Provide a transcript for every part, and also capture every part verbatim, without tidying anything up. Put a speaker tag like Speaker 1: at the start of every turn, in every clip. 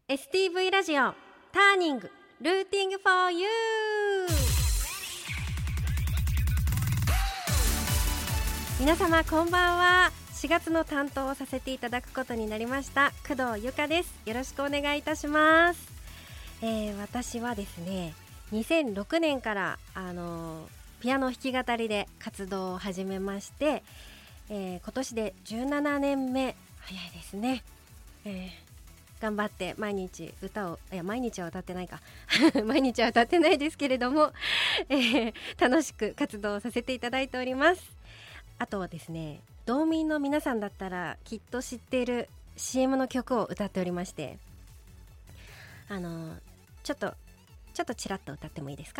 Speaker 1: エスティーブイ ラジオターニングルーティングフォーユー。皆様こんばんは。しがつの担当をさせていただくことになりました工藤由香です。よろしくお願いいたします。えー、私はですねにせんろくねんからあのピアノ弾き語りで活動を始めまして、えー、今年でじゅうななねんめ。早いですね。えー頑張って毎日歌をいや毎日は歌ってないか毎日は歌ってないですけれども、えー、楽しく活動させていただいております。あとはですね、道民の皆さんだったらきっと知っている シーエム の曲を歌っておりまして、あのちょっとちょっとちらっと歌ってもいいですか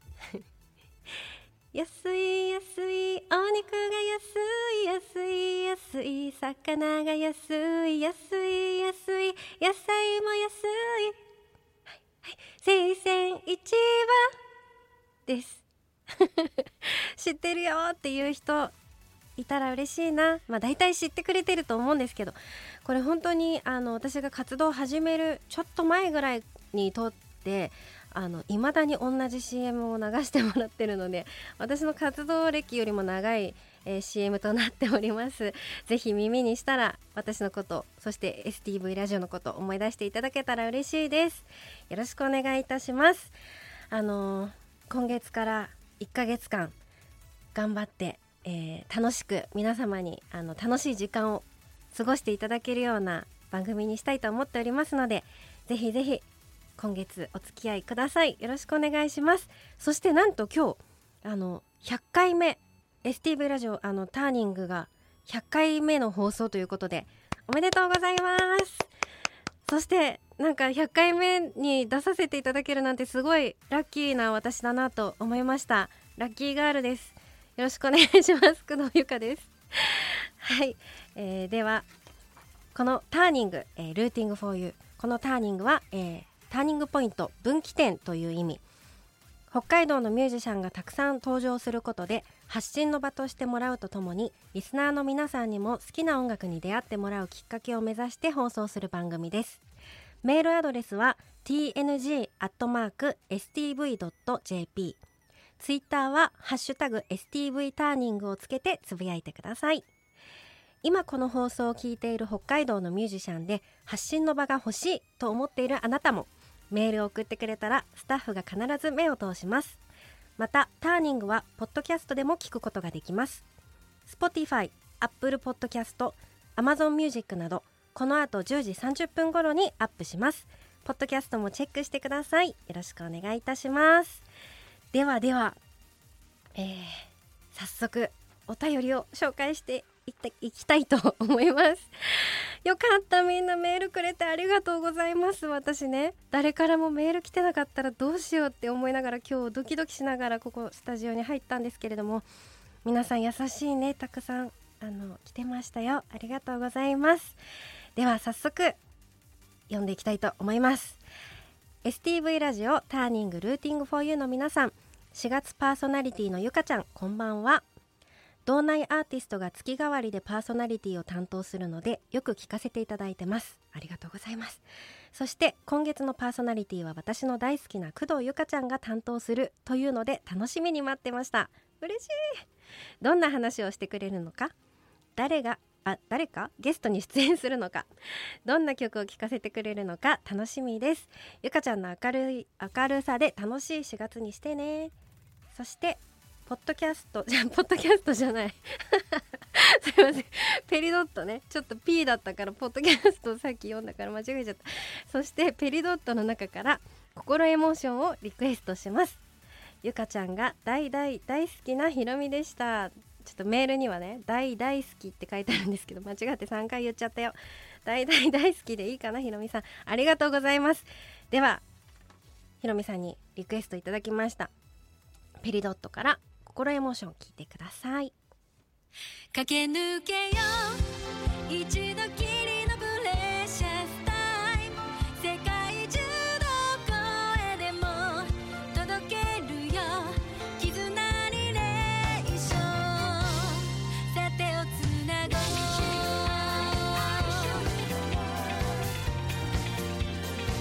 Speaker 1: 安い安いお肉が安い安い安い魚が安い安い安い野菜も安い、はいはい、生鮮市場です。知ってるよっていう人いたら嬉しいな。まあ大体知ってくれてると思うんですけど、これ本当にあの私が活動を始めるちょっと前ぐらいに撮ってあの未だに同じ シーエム を流してもらってるので、私の活動歴よりも長い、えー、シーエム となっております。ぜひ耳にしたら私のこと、そして エスティーブイ ラジオのこと思い出していただけたら嬉しいです。よろしくお願いいたします。あのー、今月からいっかげつかん頑張って、えー、楽しく皆様にあの楽しい時間を過ごしていただけるような番組にしたいと思っておりますので、ぜひぜひ今月お付き合いください。よろしくお願いします。そしてなんと今日あのひゃっかいめ エスティーブイ ラジオあのターニングがひゃっかいめの放送ということでおめでとうございます。そしてなんかひゃっかいめに出させていただけるなんてすごいラッキーな私だなと思いました。ラッキーガールです。よろしくお願いします。工藤由香ですはい、えー、ではこのターニング、えー、ルーティングフォーユー、このターニングは、えーターニングポイント、分岐点という意味。北海道のミュージシャンがたくさん登場することで発信の場としてもらうとともに、リスナーの皆さんにも好きな音楽に出会ってもらうきっかけを目指して放送する番組です。メールアドレスは ティーエヌジー アットマーク エスティーブイ ドット ジェーピー、 ツイッターはハッシュタグ エスティーブイ ターニングをつけてつぶやいてください。今この放送を聞いている北海道のミュージシャンで発信の場が欲しいと思っているあなたもメールを送ってくれたらスタッフが必ず目を通します。またターニングはポッドキャストでも聞くことができます。 Spotify、Apple Podcast、Amazon Music などこの後じゅうじさんじゅっぷん頃にアップします。ポッドキャストもチェックしてください。よろしくお願いいたします。ではでは、えー、早速お便りを紹介していきたいと思います。よかった、みんなメールくれてありがとうございます。私ね、誰からもメール来てなかったらどうしようって思いながら今日ドキドキしながらここスタジオに入ったんですけれども、皆さん優しいね、たくさんあの来てましたよ。ありがとうございます。では早速読んでいきたいと思います。 エスティーブイ ラジオターニングルーティングフォーユーの皆さん、しがつパーソナリティのゆかちゃん、こんばんは。道内アーティストが月替わりでパーソナリティを担当するのでよく聞かせていただいてます。ありがとうございます。そして今月のパーソナリティは私の大好きな工藤由香ちゃんが担当するというので楽しみに待ってました。嬉しい。どんな話をしてくれるのか、誰があ誰かゲストに出演するのか、どんな曲を聴かせてくれるのか楽しみです。由香ちゃんの明るい明るさで楽しいしがつにしてね。そしてポッドキャストじゃポッドキャストじゃないすいません、ペリドットね、ちょっと P だったからポッドキャストをさっき読んだから間違えちゃった。そしてペリドットの中から心エモーションをリクエストします。ゆかちゃんが大大大好きなひろみでした。ちょっとメールにはね大大好きって書いてあるんですけど間違ってさんかい言っちゃったよ。大大大好きでいいかな。ひろみさんありがとうございます。ではひろみさんにリクエストいただきましたペリドットから心エモーション聞いてください。駆け抜けよ一度きりのプレシャスタイム、世界中どこへでも届けるよ絆リレーション、さてをつなごう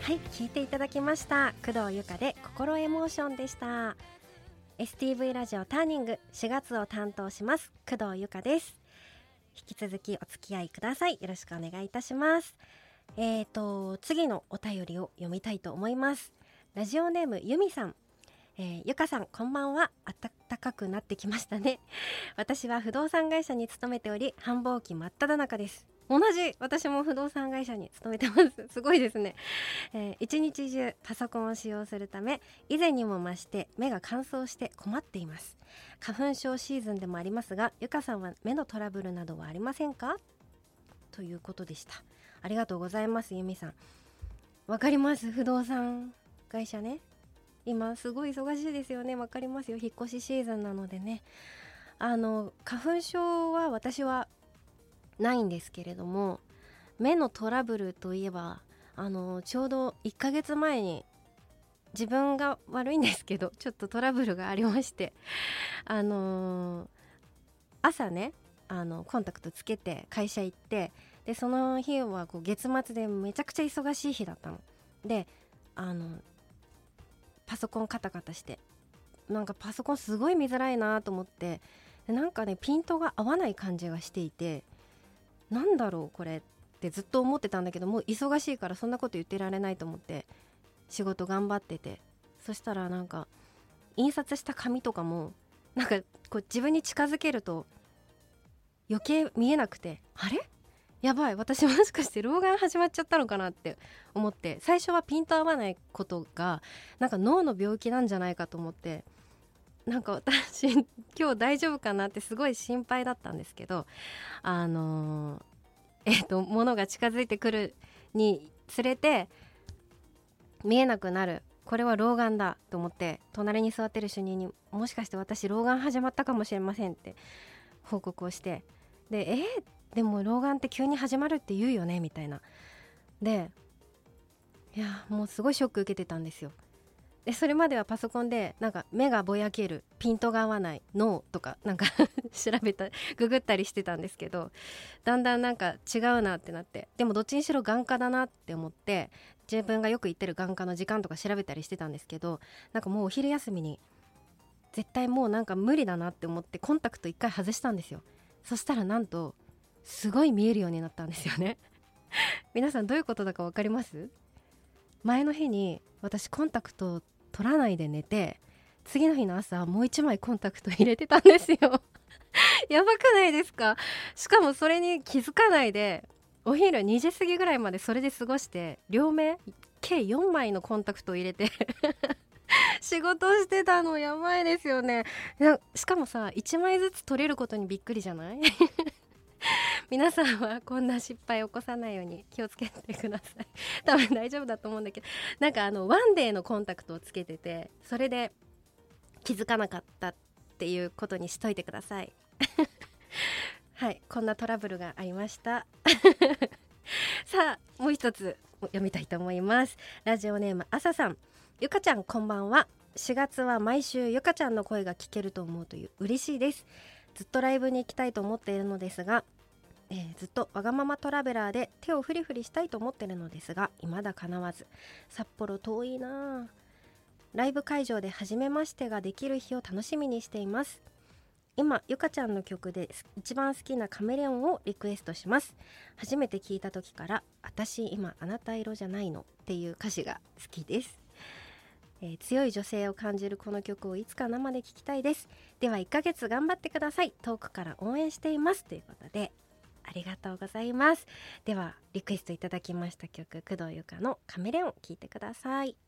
Speaker 1: はい、聞いていただきました工藤由香で心エモーションでした。 エスティーブイ ラジオターニングしがつを担当します工藤由香です。引き続きお付き合いください。よろしくお願いいたします。えーと次のお便りを読みたいと思います。ラジオネームゆみさん、えー、ゆかさんこんばんは。暖かくなってきましたね。私は不動産会社に勤めており繁忙期真っ只中です。同じ、私も不動産会社に勤めてます。すごいですね、えー、一日中パソコンを使用するため以前にも増して目が乾燥して困っています。花粉症シーズンでもありますが、ゆかさんは目のトラブルなどはありませんか、ということでした。ありがとうございます。ゆみさん、わかります。不動産会社ね、今すごい忙しいですよね。わかりますよ。引っ越しシーズンなのでね。あの花粉症は私はないんですけれども、目のトラブルといえばあのちょうどいっかげつまえに自分が悪いんですけどちょっとトラブルがありまして、あのー、朝ねあのコンタクトつけて会社行って、でその日はこう月末でめちゃくちゃ忙しい日だったので、あのパソコンカタカタしてなんかパソコンすごい見づらいなと思って、でなんかねピントが合わない感じがしていて、なんだろうこれってずっと思ってたんだけど、もう忙しいからそんなこと言ってられないと思って仕事頑張ってて、そしたらなんか印刷した紙とかもなんかこう自分に近づけると余計見えなくて、あれやばい、私もしかして老眼始まっちゃったのかなって思って、最初はピント合わないことがなんか脳の病気なんじゃないかと思って、なんか私今日大丈夫かなってすごい心配だったんですけど、あのー、えっと物が近づいてくるにつれて見えなくなる、これは老眼だと思って隣に座ってる主任に、もしかして私老眼始まったかもしれませんって報告をして、でえー、でも老眼って急に始まるって言うよねみたいな、でいやもうすごいショック受けてたんですよ。でそれまではパソコンでなんか目がぼやける、ピントが合わない、脳とかなんか調べたググったりしてたんですけど、だんだんなんか違うなってなって、でもどっちにしろ眼科だなって思って自分がよく行ってる眼科の時間とか調べたりしてたんですけど、なんかもうお昼休みに絶対もうなんか無理だなって思ってコンタクト一回外したんですよ。そしたらなんとすごい見えるようになったんですよね皆さんどういうことだか分かります？前の日に私コンタクトを取らないで寝て、次の日の朝もう一枚コンタクト入れてたんですよやばくないですか？しかもそれに気づかないでお昼にじ過ぎぐらいまでそれで過ごして、両目計よんまいのコンタクトを入れて仕事してたの。やばいですよね。しかもさいちまいずつ取れることにびっくりじゃない皆さんはこんな失敗を起こさないように気をつけてください多分大丈夫だと思うんだけど、なんかあのワンデーのコンタクトをつけてて、それで気づかなかったっていうことにしといてくださいはい、こんなトラブルがありましたさあもう一つ読みたいと思います。ラジオネームあささん、ゆかちゃんこんばんは。しがつは毎週ゆかちゃんの声が聞けると思うという嬉しいです。ずっとライブに行きたいと思っているのですが、えー、ずっとわがままトラベラーで手をフリフリしたいと思っているのですが未だ叶わず、札幌遠いな。ライブ会場で初めましてができる日を楽しみにしています。今ゆかちゃんの曲で一番好きなカメレオンをリクエストします。初めて聞いた時から私今あなた色じゃないのっていう歌詞が好きです。えー、強い女性を感じるこの曲をいつか生で聴きたいです。ではいっかげつ頑張ってください。遠くから応援していますということでありがとうございます。ではリクエストいただきました曲、工藤由香のカメレオン聴いてください。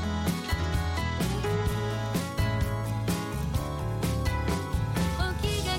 Speaker 2: お気が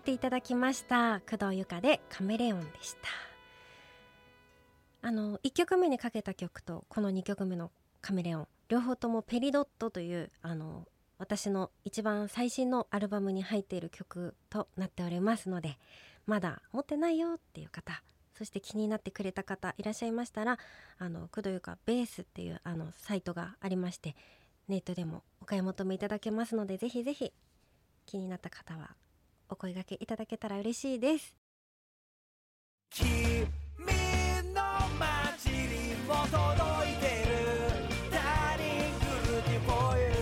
Speaker 1: ていただきました工藤由香でカメレオンでした。あのいっきょくめにかけた曲とこのにきょくめのカメレオン、両方ともペリドットというあの私の一番最新のアルバムに入っている曲となっておりますので、まだ持ってないよっていう方、そして気になってくれた方いらっしゃいましたら、あの工藤由香ベースっていうあのサイトがありまして、ネットでもお買い求めいただけますので、ぜひぜひ気になった方はお声掛けいただけたら嬉しいです。
Speaker 2: 君の街にも届いてるダーリングティフォーユ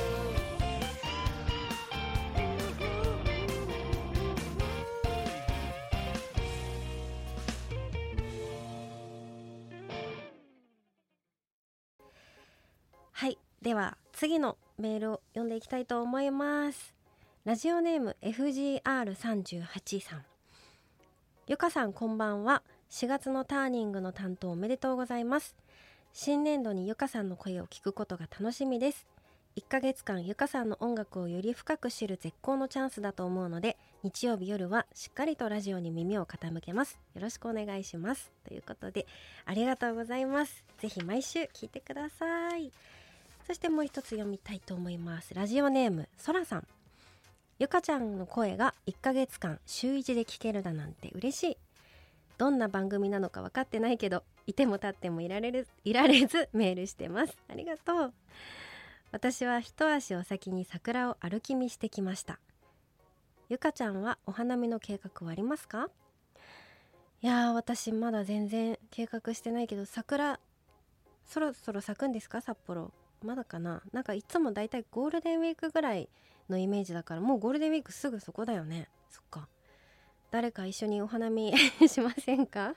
Speaker 1: はい、では次のメールを読んでいきたいと思います。ラジオネーム エフジーアールさんじゅうはち さん、ゆかさんこんばんは。しがつのターニングの担当おめでとうございます。新年度にゆかさんの声を聞くことが楽しみです。いっかげつかんゆかさんの音楽をより深く知る絶好のチャンスだと思うので、日曜日夜はしっかりとラジオに耳を傾けます。よろしくお願いします、ということでありがとうございます。ぜひ毎週聞いてください。そしてもう一つ読みたいと思います。ラジオネームそらさん、ゆかちゃんの声がいっかげつかん週いちで聞けるだなんて嬉しい。どんな番組なのか分かってないけど、いても立ってもいられるいられずメールしてます。ありがとう。私は一足お先に桜を歩き見してきました。ゆかちゃんはお花見の計画はありますか？いやー、私まだ全然計画してないけど、桜そろそろ咲くんですか？札幌まだかな。なんかいつもだいたいゴールデンウィークぐらいのイメージだから、もうゴールデンウィークすぐそこだよね。そっか、誰か一緒にお花見しませんか？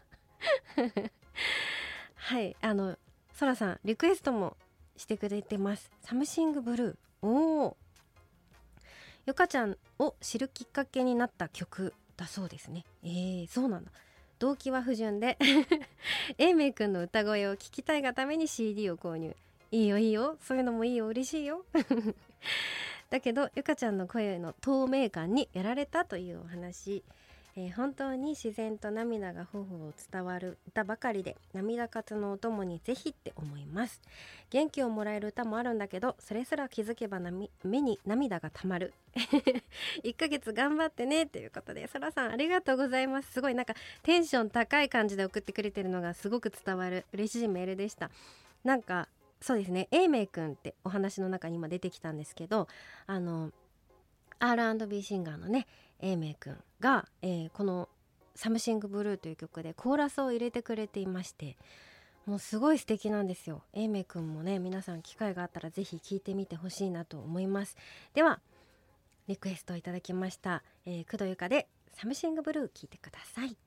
Speaker 1: はい、あのそらさんリクエストもしてくれてます。サムシングブルー。おー、ゆかちゃんを知るきっかけになった曲だそうですね。えー、そうなんだ。動機は不純で英明くんの歌声を聞きたいがために シーディー を購入。いいよいいよ、そういうのもいいよ、嬉しいよだけどゆかちゃんの声の透明感にやられたというお話、えー、本当に自然と涙が頬を伝わる歌ばかりで、涙活のお供にぜひって思います。元気をもらえる歌もあるんだけど、それすら気づけばなみ目に涙がたまるいっかげつ頑張ってねということで、そらさんありがとうございます。すごいなんかテンション高い感じで送ってくれてるのがすごく伝わる嬉しいメールでした。なんかそうですね、英明くんってお話の中に今出てきたんですけど、あの アールアンドビー シンガーのね英明くんが、えー、このサムシングブルーという曲でコーラスを入れてくれていまして、もうすごい素敵なんですよ。英明くんもね、皆さん機会があったらぜひ聴いてみてほしいなと思います。ではリクエストいただきました、えー、工藤由香でサムシングブルー聴いてください。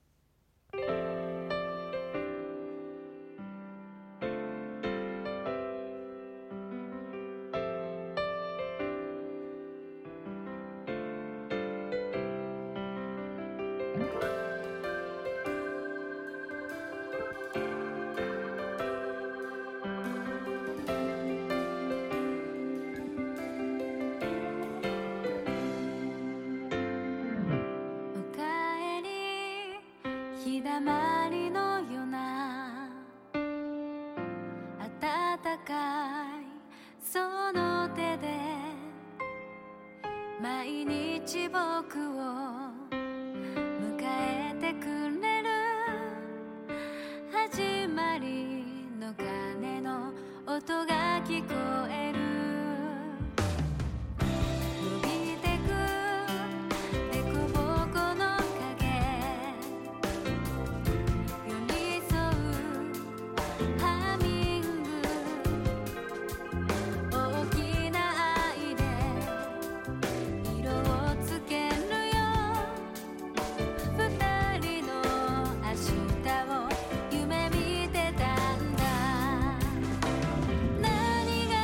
Speaker 3: 日だまりのような温かいその手で毎日僕を迎えてくれる、始まりの鐘の音が聞こえる、伸びてくでこぼこの影、寄り添うハミング、大きな愛で色をつけるよ、二人の明日を夢見てたんだ、何が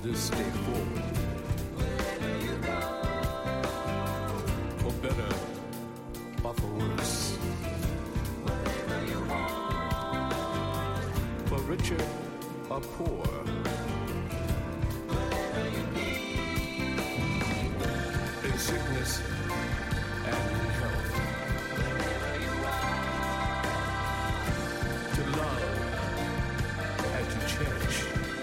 Speaker 4: this day forward. For better or for worse. For richer or poor. In sickness and in health. To love and to cherish.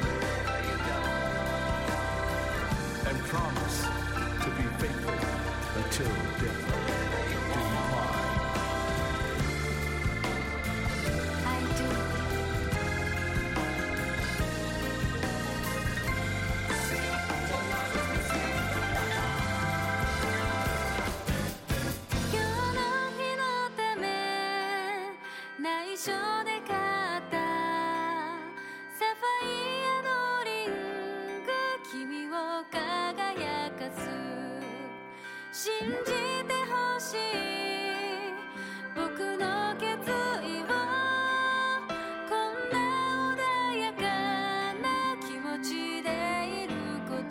Speaker 4: And promise to be faithful until death do you part.
Speaker 3: I do. 今日の日のため内緒で買ったサファイアのリング君を輝かす信じてほしい僕の決意をこんな穏やかな気持ちでいること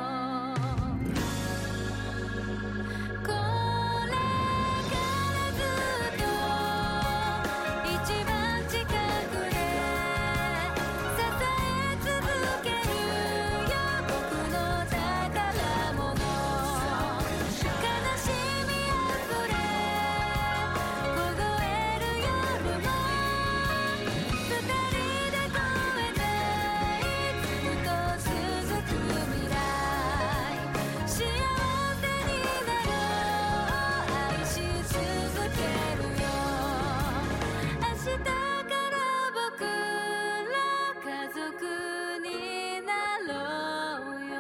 Speaker 3: これからずっと一番近くで支え続けるよ僕の宝物悲しみあふれ凍える夜も二人で越えていつと続く未来幸せになろう愛し続けるよ明日から僕ら家族になろうよ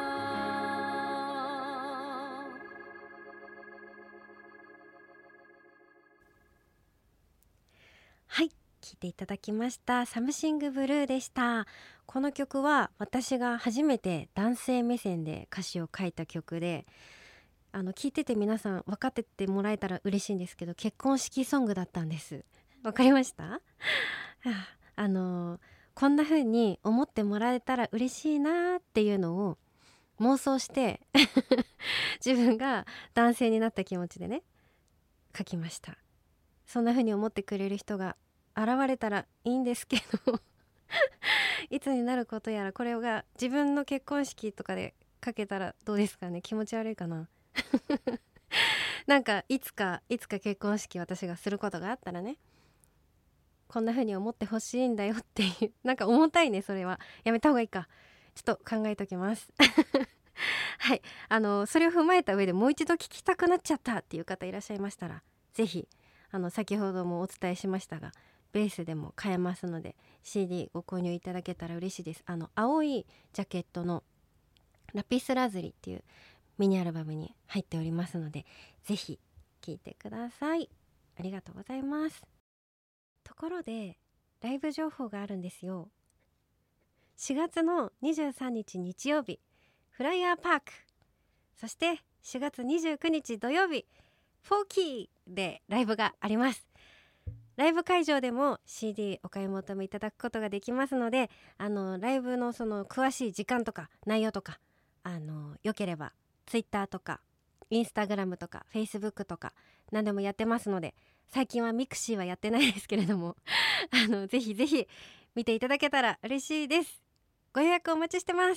Speaker 1: はい、聴いていただきましたサムシングブルーでした。この曲は私が初めて男性目線で歌詞を書いた曲で、あの聴いてて皆さん分かっててもらえたら嬉しいんですけど、結婚式ソングだったんです。わかりました？はあ、あのこんな風に思ってもらえたら嬉しいなっていうのを妄想して自分が男性になった気持ちでね書きました。そんな風に思ってくれる人が現れたらいいんですけどいつになることやら、これが自分の結婚式とかでかけたらどうですかね。気持ち悪いかななんかいつかいつか結婚式私がすることがあったらね、こんな風に思ってほしいんだよっていうなんか重たいね、それはやめた方がいいか、ちょっと考えときますはい、あのそれを踏まえた上でもう一度聞きたくなっちゃったっていう方いらっしゃいましたら、ぜひあの先ほどもお伝えしましたがベースでも買えますので シーディー ご購入いただけたら嬉しいです。あの青いジャケットのラピスラズリっていうミニアルバムに入っておりますので、ぜひ聴いてください。ありがとうございます。ところでライブ情報があるんですよ。しがつのにじゅうさんにち日曜日フライヤーパーク、そしてしがつにじゅうくにち土曜日フォーキーでライブがあります。ライブ会場でも シーディー お買い求めいただくことができますので、あのライブのその詳しい時間とか内容とか、あのよければ Twitter とか Instagram とか Facebook とか何でもやってますので、最近はミクシーはやってないですけれどもあのぜひぜひ見ていただけたら嬉しいです。ご予約お待ちしてます。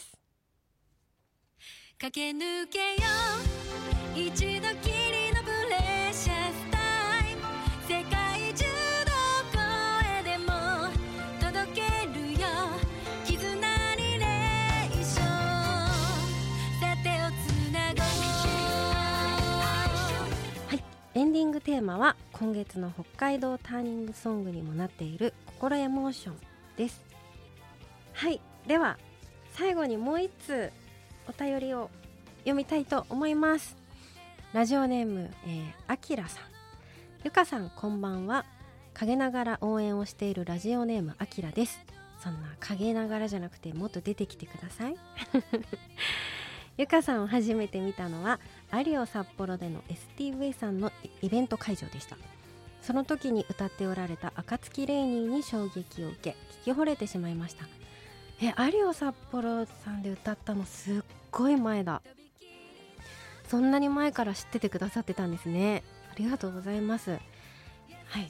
Speaker 3: 駆け抜けよう一度きりのプレシャスタイム、世界中どこへでも届けるよ絆リレーション、さ手をつなごう。
Speaker 1: はい、エンディングテーマは今月の北海道ターニングソングにもなっている心エモーションです。はい、では最後にもう一通お便りを読みたいと思います。ラジオネーム、えー、あきらさん。ゆかさんこんばんは。陰ながら応援をしているラジオネームあきらです。そんな陰ながらじゃなくてもっと出てきてくださいゆかさんを初めて見たのはアリオ札幌での エスティーブイ さんのイベント会場でした。その時に歌っておられた暁レイニーに衝撃を受け聞き惚れてしまいました。 えアリオ札幌さんで歌ったのすっごい前だ。そんなに前から知っててくださってたんですね。ありがとうございます。はい、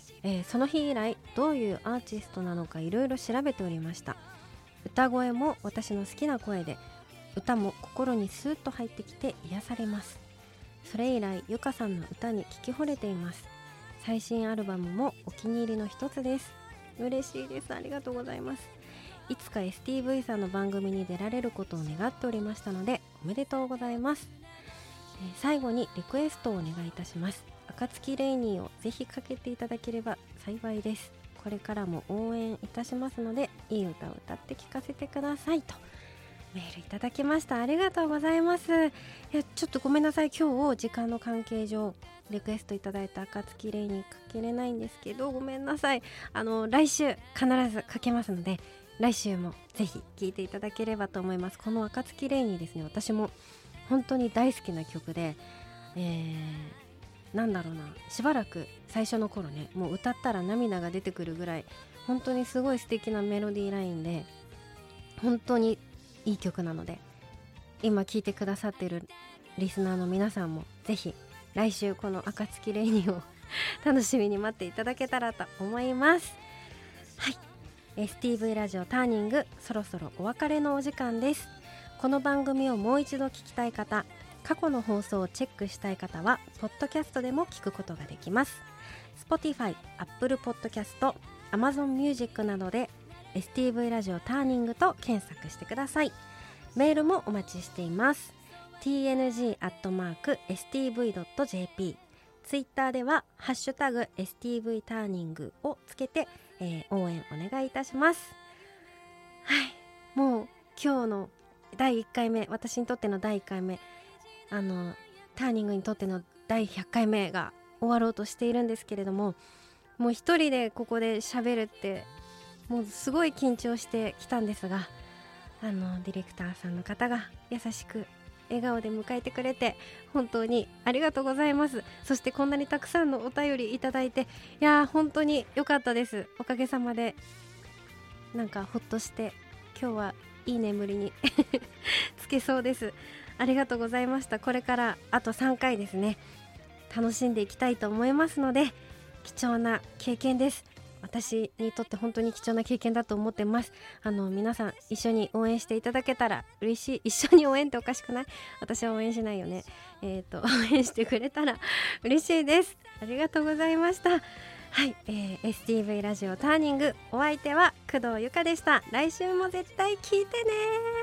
Speaker 1: えー、その日以来どういうアーティストなのかいろいろ調べておりました。歌声も私の好きな声で、歌も心にスーッと入ってきて癒されます。それ以来ゆかさんの歌に聞き惚れています。最新アルバムもお気に入りの一つです。嬉しいです。ありがとうございます。いつか エスティーブイ さんの番組に出られることを願っておりましたのでおめでとうございます。えー、最後にリクエストをお願いいたします。暁レイニーをぜひかけていただければ幸いです。これからも応援いたしますのでいい歌を歌って聴かせてくださいとメールいただきました。ありがとうございます。いやちょっとごめんなさい、今日時間の関係上リクエストいただいた暁レイニーかけれないんですけど、ごめんなさい。あの来週必ずかけますので来週もぜひ聴いていただければと思います。この暁レイニーですね、私も本当に大好きな曲で、えー、なんだろうな、しばらく最初の頃ね、もう歌ったら涙が出てくるぐらい本当にすごい素敵なメロディーラインで本当にいい曲なので、今聴いてくださっているリスナーの皆さんもぜひ来週この暁レイニーを楽しみに待っていただけたらと思います。はい、エスティーブイ ラジオターニング、そろそろお別れのお時間です。この番組をもう一度聞きたい方、過去の放送をチェックしたい方はポッドキャストでも聞くことができます。 Spotify、Apple Podcast、Amazon Music などで エスティーブイ ラジオターニングと検索してください。メールもお待ちしています。 ティーエヌジー アットマーク エスティーブイ ドット ジェーピー、 ツイッターではハッシュタグ エスティーブイ ターニングをつけて、えー、応援お願いいたします。はい、もう今日のだいいっかいめ、私にとってのだいいっかいめ、あのターニングにとってのだいひゃっかいめが終わろうとしているんですけれども、もう一人でここで喋るってもうすごい緊張してきたんですが、あのディレクターさんの方が優しく笑顔で迎えてくれて本当にありがとうございます。そしてこんなにたくさんのお便りいただいて、いやー本当に良かったです。おかげさまでなんかほっとして今日はいい眠りにつけそうです。ありがとうございました。これからあとさんかいですね、楽しんでいきたいと思いますので、貴重な経験です。私にとって本当に貴重な経験だと思ってます。あの皆さん一緒に応援していただけたら嬉しい。一緒に応援っておかしくない？私は応援しないよね。えっと応援してくれたら嬉しいです。ありがとうございました。はい、えー、エスティーブイ ラジオターニング、お相手は工藤由香でした。来週も絶対聞いてね。